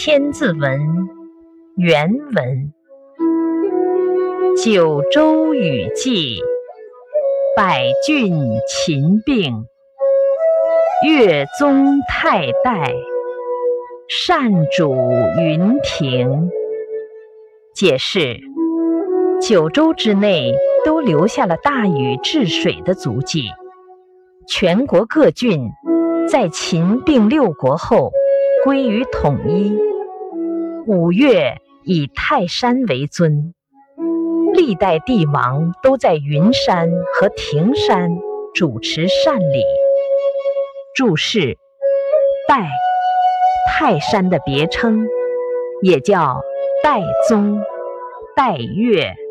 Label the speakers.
Speaker 1: 千字文原文：九州雨霁，百郡秦并，岳宗泰代，善主云亭。解释：九州之内都留下了大禹治水的足迹，全国各郡在秦并六国后归于统一。五岳以泰山为尊，历代帝王都在云山和亭山主持善礼。注释：代，泰山的别称，也叫代宗、代岳。